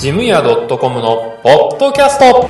ジムヤ .com のポッドキャスト。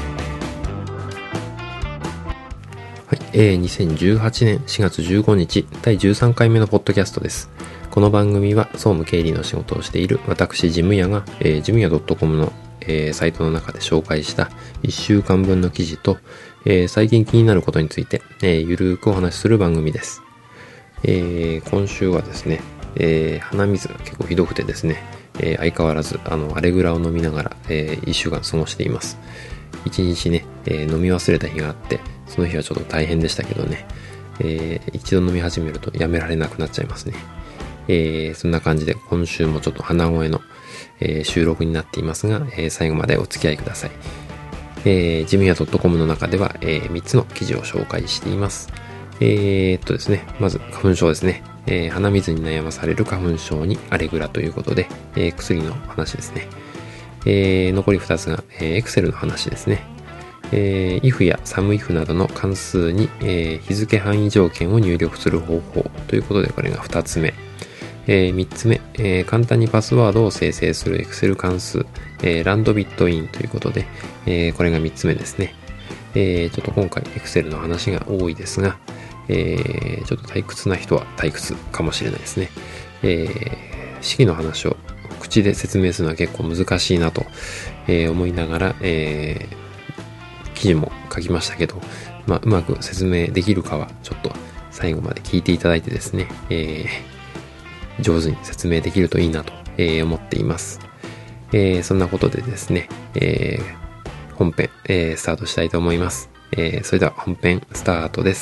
はい、2018年4月15日第13回目のポッドキャストです。この番組は総務経理の仕事をしている私ジムヤが、ジムヤ .com の、サイトの中で紹介した1週間分の記事と、最近気になることについて、ゆるくお話しする番組です。今週はですね、鼻水が結構ひどくてですね、相変わらずアレグラを飲みながら、1週間過ごしています。1日ね、飲み忘れた日があって、その日はちょっと大変でしたけどね、一度飲み始めるとやめられなくなっちゃいますね。そんな感じで今週もちょっと鼻声の、収録になっていますが、最後までお付き合いください。ジムヤ .com の中では、3つの記事を紹介しています。ですね、まず花粉症ですね。鼻水に悩まされる花粉症にアレグラということで、薬の話ですね。残り2つが、Excel の話ですね。if や SUMIF などの関数に、日付範囲条件を入力する方法ということで、これが2つ目。3つ目、簡単にパスワードを生成する Excel 関数、ランドビットインということで、これが3つ目ですね。ちょっと今回 Excel の話が多いですが、ちょっと退屈な人は退屈かもしれないですね。式の話を口で説明するのは結構難しいなと、思いながら、記事も書きましたけど、うまく説明できるかはちょっと最後まで聞いていただいてですね、上手に説明できるといいなと、思っています。そんなことでですね、本編、スタートしたいと思います。それでは本編スタートです。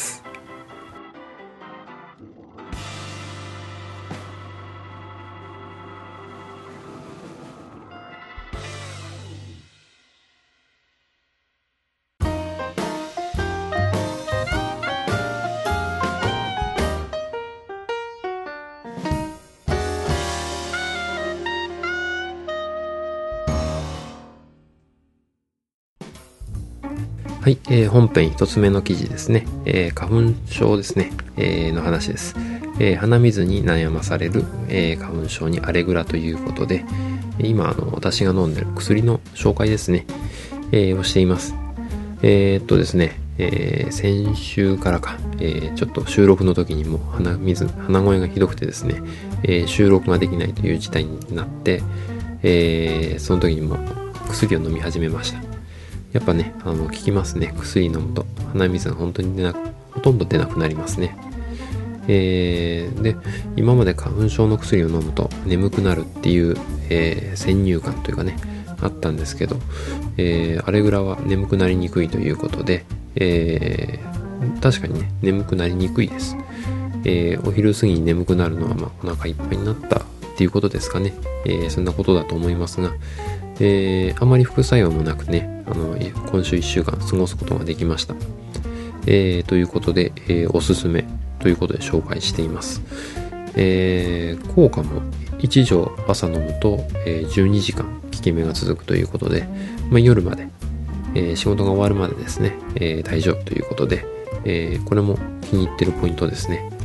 はい、本編一つ目の記事ですね。花粉症ですね、の話です。鼻水に悩まされる、花粉症にアレグラということで、今私が飲んでる薬の紹介ですね、をしています。ですね、先週からか、ちょっと収録の時にも鼻声がひどくてですね、収録ができないという事態になって、その時にも薬を飲み始めました。やっぱね、効きますね。薬飲むと鼻水が本当にほとんど出なくなりますね。で、今まで花粉症の薬を飲むと眠くなるっていう、先入観というかね、あったんですけど、アレグラは眠くなりにくいということで、確かにね、眠くなりにくいです。お昼過ぎに眠くなるのは、お腹いっぱいになったっていうことですかね。そんなことだと思いますが、あまり副作用もなくね、今週1週間過ごすことができました。ということで、おすすめということで紹介しています。効果も1錠朝飲むと、12時間効き目が続くということで、夜まで、仕事が終わるまでですね、大丈夫ということで、これも気に入ってるポイントですね。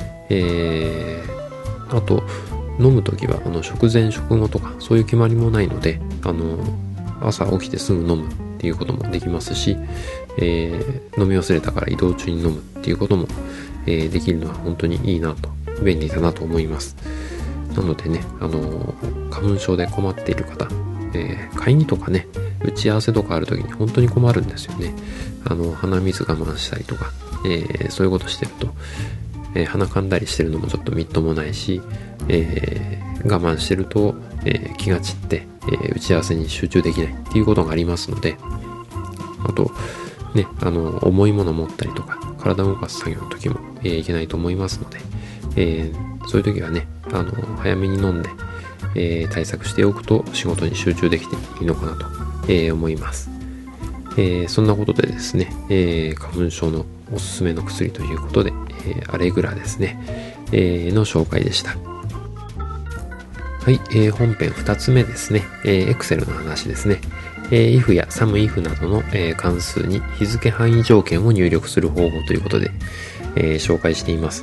あと飲むときは食前食後とかそういう決まりもないので、朝起きてすぐ飲むっていうこともできますし、飲み忘れたから移動中に飲むっていうことも、できるのは本当にいいなと、便利だなと思います。なのでね、花粉症で困っている方、会議とかね、打ち合わせとかあるときに本当に困るんですよね。鼻水我慢したりとか、そういうことしてると、鼻かんだりしてるのもちょっとみっともないし、我慢してると、気が散って、打ち合わせに集中できないっていうことがありますので、あとね、重いもの持ったりとか体を動かす作業の時も、いけないと思いますので、そういう時はね、早めに飲んで、対策しておくと仕事に集中できていいのかなと、思います。そんなことでですね、花粉症のおすすめの薬ということで、アレグラですね、の紹介でした。はい、本編2つ目ですね、Excel の話ですね。if や SUMIF などの、関数に日付範囲条件を入力する方法ということで、紹介しています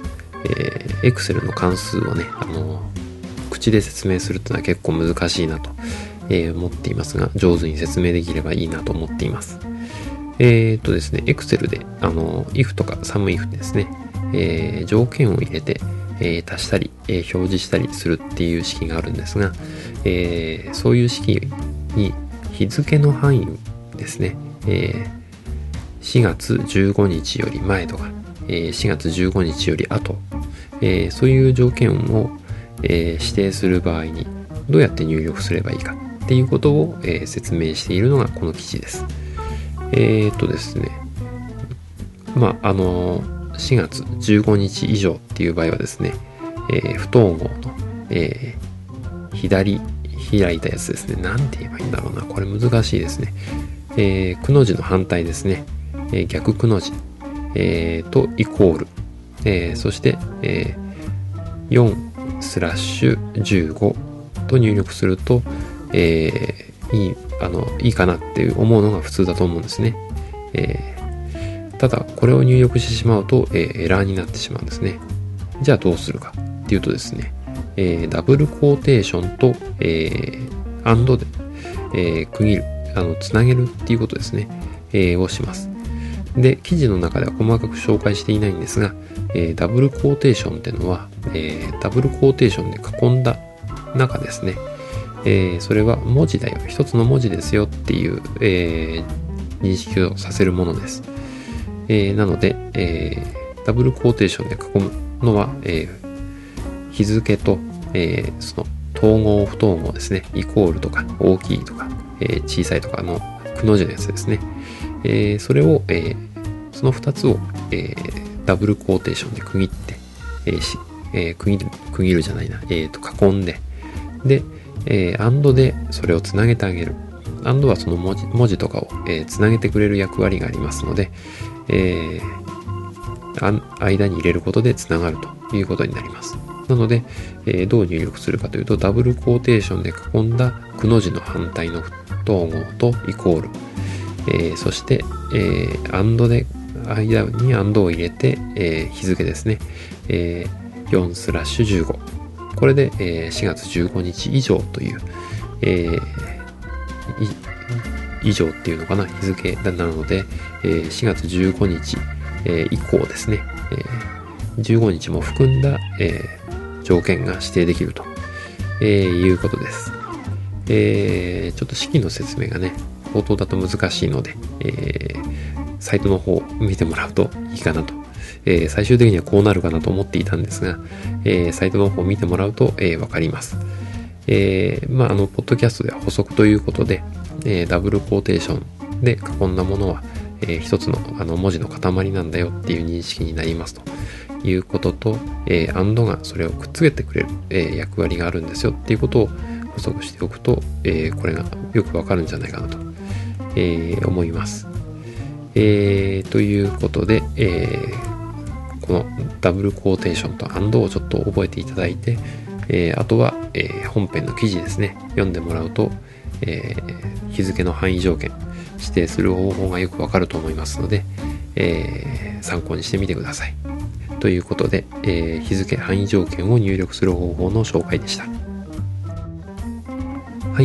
。Excel の関数をね、口で説明するというのは結構難しいなと、 思っていますが、上手に説明できればいいなと思っています。ですね、Excel で、if とか SUMIF ですね、条件を入れて、足したり、表示したりするっていう式があるんですが、そういう式に日付の範囲ですね、4月15日より前とか、4月15日より後、そういう条件を、指定する場合にどうやって入力すればいいかっていうことを、説明しているのがこの記事です。ですね、4月15日以上っていう場合はですね、不統合の、左開いたやつですね。なんて言えばいいんだろうな。これ難しいですね。くの字の反対ですね。逆くの字、とイコール、そして、4/15と入力すると、いいかなって思うのが普通だと思うんですね。ただこれを入力してしまうと、エラーになってしまうんですね。じゃあどうするかっていうとですね、ダブルコーテーションと、アンドで、区切る、つなげるっていうことですね、をします。で、記事の中では細かく紹介していないんですが、ダブルコーテーションっていうのは、ダブルコーテーションで囲んだ中ですね、それは文字だよ、一つの文字ですよっていう、認識をさせるものです。なので、ダブルコーテーションで囲むのは、日付と、その統合不統合ですね、イコールとか大きいとか、小さいとかのくの字のやつですね。それを、その2つを、ダブルコーテーションで区切って、区切るじゃないな、囲んで、で、and でそれをつなげてあげる。and はその文字とかを、つなげてくれる役割がありますので、間に入れることでつながるということになります。なので、どう入力するかというと、ダブルコーテーションで囲んだくの字の反対の不統合とイコール、そして、and で間に and を入れて、日付ですね、4/15、これで、4月15日以上という、以上っていうのかな、日付なので、4月15日、以降ですね、15日も含んだ、条件が指定できると、いうことです。ちょっと式の説明がね、冒頭だと難しいので、サイトの方を見てもらうといいかなと。最終的にはこうなるかなと思っていたんですが、サイトの方を見てもらうと、わかります。ポッドキャストでは補足ということで、ダブルコーテーションで囲んだものは、一つの文字の塊なんだよっていう認識になりますということと、and がそれをくっつけてくれる、役割があるんですよっていうことを補足しておくと、これがよくわかるんじゃないかなと、思います。ということで、このダブルコーテーションと and をちょっと覚えていただいて、あとは、本編の記事ですね、読んでもらうと、日付の範囲条件指定する方法がよくわかると思いますので、参考にしてみてください。ということで、日付範囲条件を入力する方法の紹介でした。はい、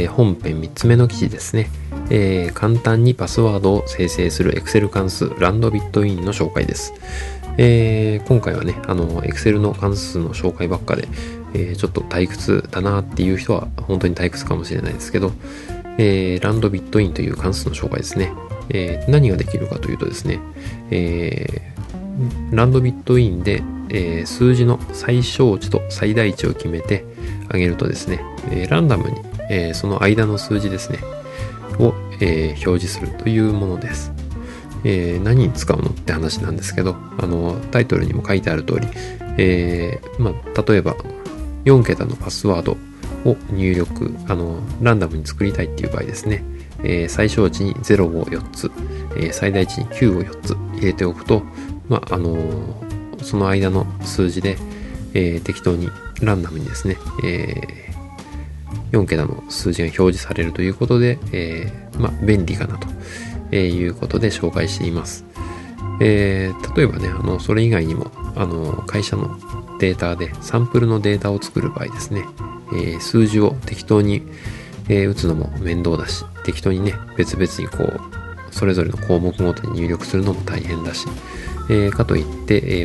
本編3つ目の記事ですね。簡単にパスワードを生成する Excel 関数ランドビットインの紹介です。今回はね、Excel の関数の紹介ばっかで、ちょっと退屈だなっていう人は本当に退屈かもしれないですけど、ランドビットインという関数の紹介ですね。何ができるかというとですね、ランドビットインで、数字の最小値と最大値を決めてあげるとですね、ランダムに、その間の数字ですねを、表示するというものです。何に使うのって話なんですけど、タイトルにも書いてある通り、例えば4桁のパスワードを入力、ランダムに作りたいっていう場合ですね、最小値に0を4つ、最大値に9を4つ入れておくと、その間の数字で、適当にランダムにですね、4桁の数字が表示されるということで、便利かなということで紹介しています。例えばね、それ以外にも、会社のデータでサンプルのデータを作る場合ですね、数字を適当に、 打つのも面倒だし、適当にね、別々にこう、それぞれの項目ごとに入力するのも大変だし、かといって、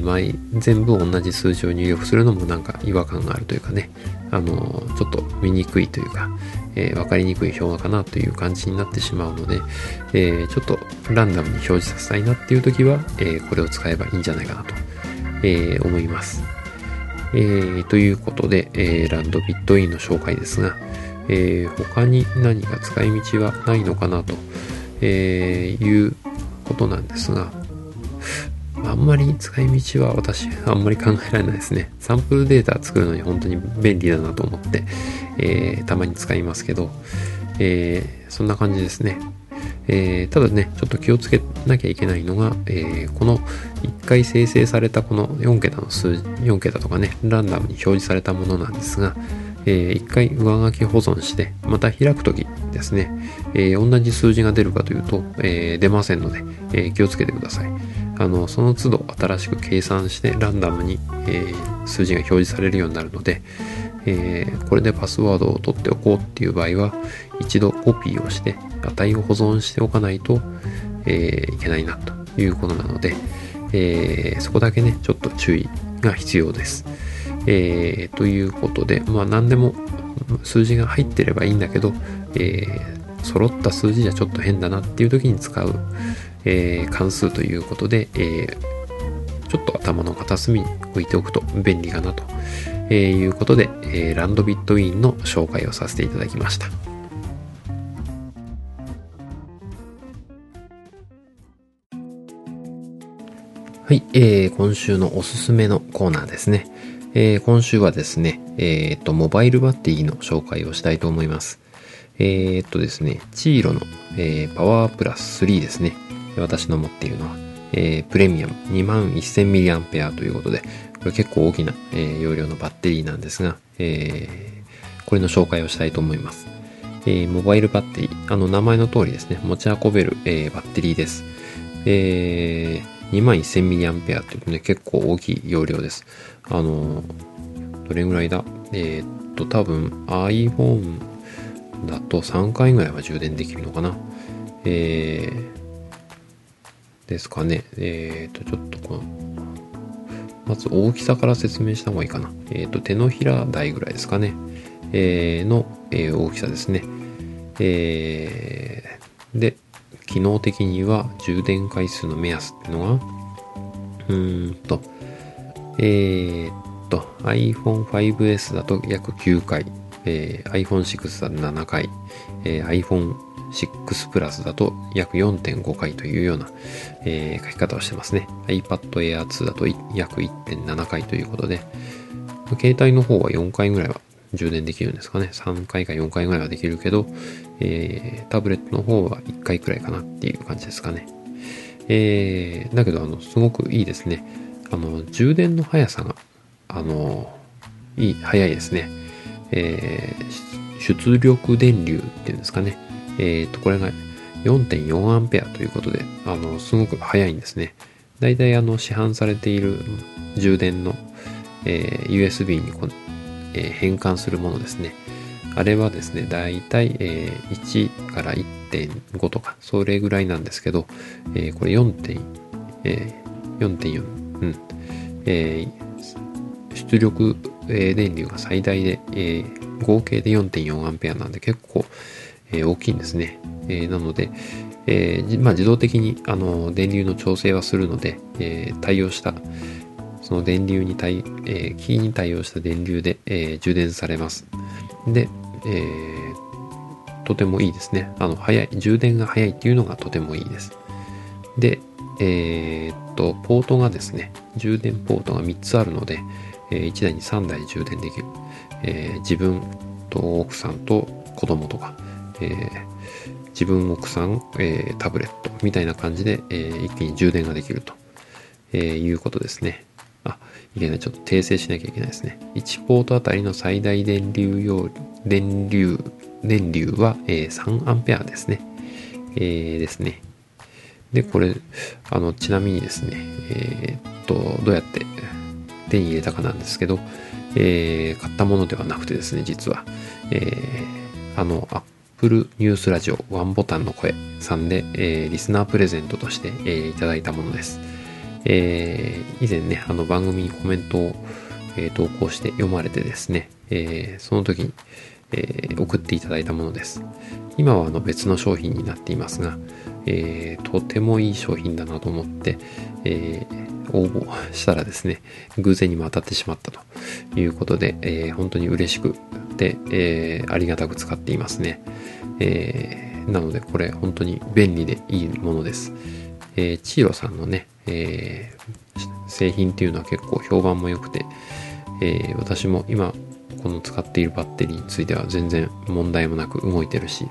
全部同じ数字を入力するのもなんか違和感があるというかね、ちょっと見にくいというか、分かりにくい表かなという感じになってしまうので、ちょっとランダムに表示させたいなっていう時は、これを使えばいいんじゃないかなと、思います。ということで、ランドビットインの紹介ですが、他に何か使い道はないのかなと、いうことなんですが、あんまり使い道は私あんまり考えられないですね。サンプルデータ作るのに本当に便利だなと思って、たまに使いますけど、そんな感じですね。ただね、ちょっと気をつけなきゃいけないのが、この1回生成されたこの4桁の数字、4桁とかね、ランダムに表示されたものなんですが、1回上書き保存してまた開くときですね、同じ数字が出るかというと、出ませんので、気をつけてください。その都度新しく計算してランダムに、数字が表示されるようになるので、これでパスワードを取っておこうっていう場合は一度コピーをして値を保存しておかないと、いけないなということなので、そこだけねちょっと注意が必要です。ということで、何でも数字が入ってればいいんだけど、揃った数字じゃちょっと変だなっていう時に使う、関数ということで、ちょっと頭の片隅に置いておくと便利かなと、いうことで、ランドビットインの紹介をさせていただきました。はい、今週のおすすめのコーナーですね。今週はですね、モバイルバッテリーの紹介をしたいと思います。ですね、チーロの、パワープラス3ですね。私の持っているのは、プレミアム 21000mAh ということで、これ結構大きな、容量のバッテリーなんですが、これの紹介をしたいと思います。モバイルバッテリー、名前の通りですね、持ち運べる、バッテリーです。21000mAh というとね、結構大きい容量です。どれぐらいだ多分 iPhone だと3回ぐらいは充電できるのかな。ですかね。ちょっとまず大きさから説明した方がいいかな。手のひら台ぐらいですかね。の、大きさですね。で、機能的には充電回数の目安っていうのが、iPhone 5S だと約9回、iPhone 6だと7回、iPhone 6 Plus だと約 4.5 回というような、書き方をしてますね。iPad Air 2だと約 1.7 回ということで、携帯の方は4回ぐらいは充電できるんですかね。3回か4回ぐらいはできるけど、タブレットの方は1回くらいかなっていう感じですかね。だけどすごくいいですね。充電の速さが速いですね。出力電流っていうんですかね。これが 4.4A ということで、すごく速いんですね。だいたい市販されている充電の、USB に変換するものですね。あれはですね、だいたい1から 1.5 とか、それぐらいなんですけど、これ 4.4、出力、電流が最大で、合計で 4.4A なんで結構、大きいんですね。なので、自動的に電流の調整はするので、対応したその電流にキーに対応した電流で、充電されます。で、とてもいいですね。充電が早いっていうのがとてもいいです。で、ポートがですね、充電ポートが3つあるので、1台に3台充電できる。自分と奥さんと子供とか、自分、奥さん、タブレットみたいな感じで、一気に充電ができると、いうことですね。いけない。ちょっと訂正しなきゃいけないですね。1ポートあたりの最大電流は、3A ですね。ですね。で、これ、ちなみにですね、どうやって手に入れたかなんですけど、買ったものではなくてですね、実は、 Apple ニュースラジオワンボタンの声さんで、リスナープレゼントとして、いただいたものです。以前ね、番組にコメントを、投稿して読まれてですね、その時に、送っていただいたものです。今は別の商品になっていますが、とてもいい商品だなと思って、応募したらですね、偶然にも当たってしまったということで、本当に嬉しくて、ありがたく使っていますね。なのでこれ本当に便利でいいものです。チーロさんのね、製品っていうのは結構評判も良くて、私も今この使っているバッテリーについては全然問題もなく動いてるし、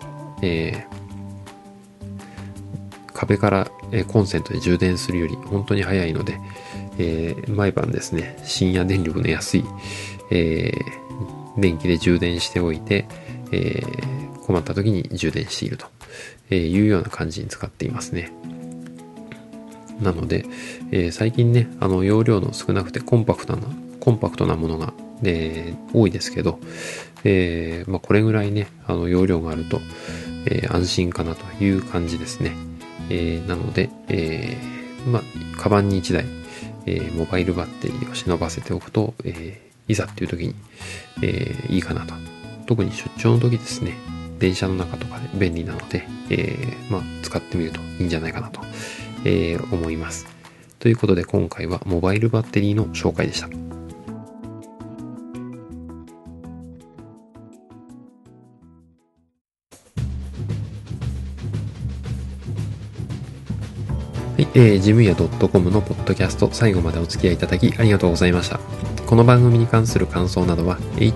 壁からコンセントで充電するより本当に早いので、毎晩ですね、深夜電力の安い、電気で充電しておいて、困った時に充電しているというような感じに使っていますね。なので、最近ね、容量の少なくてコンパクトなものが、多いですけど、これぐらいね、容量があると、安心かなという感じですね。なので、カバンに1台、モバイルバッテリーを忍ばせておくと、いざっていう時に、いいかなと。特に出張の時ですね、電車の中とかで便利なので、使ってみるといいんじゃないかなと、思います。ということで今回はモバイルバッテリーの紹介でした。ジムヤ .com のポッドキャスト最後までお付き合いいただきありがとうございました。この番組に関する感想などは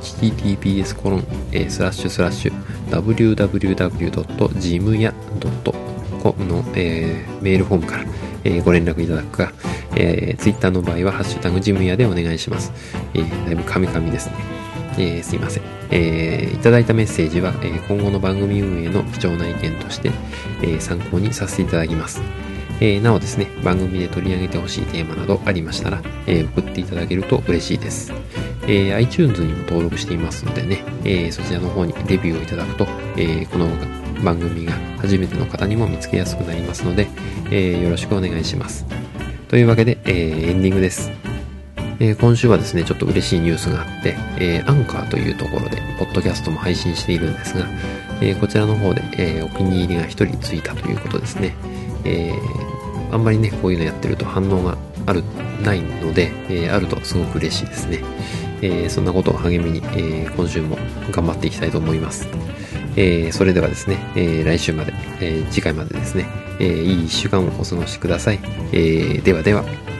https://www.jimya.com の、メールフォームから、ご連絡いただくか、Twitter の場合はハッシュタグジムヤでお願いします。だいぶカミカミですね。すいません。いただいたメッセージは、今後の番組運営の貴重な意見として、参考にさせていただきます。なおですね、番組で取り上げてほしいテーマなどありましたら、送っていただけると嬉しいです。iTunes にも登録していますのでね、そちらの方にレビューをいただくと、この番組が初めての方にも見つけやすくなりますので、よろしくお願いします。というわけで、エンディングです。今週はですね、ちょっと嬉しいニュースがあって、アンカーというところで、ポッドキャストも配信しているんですが、こちらの方で、お気に入りが一人ついたということですね。あんまりね、こういうのやってると反応がないので、あるとすごく嬉しいですね。そんなことを励みに、今週も頑張っていきたいと思います。それではですね、来週まで、次回までですね、いい1週間をお過ごしください。ではでは。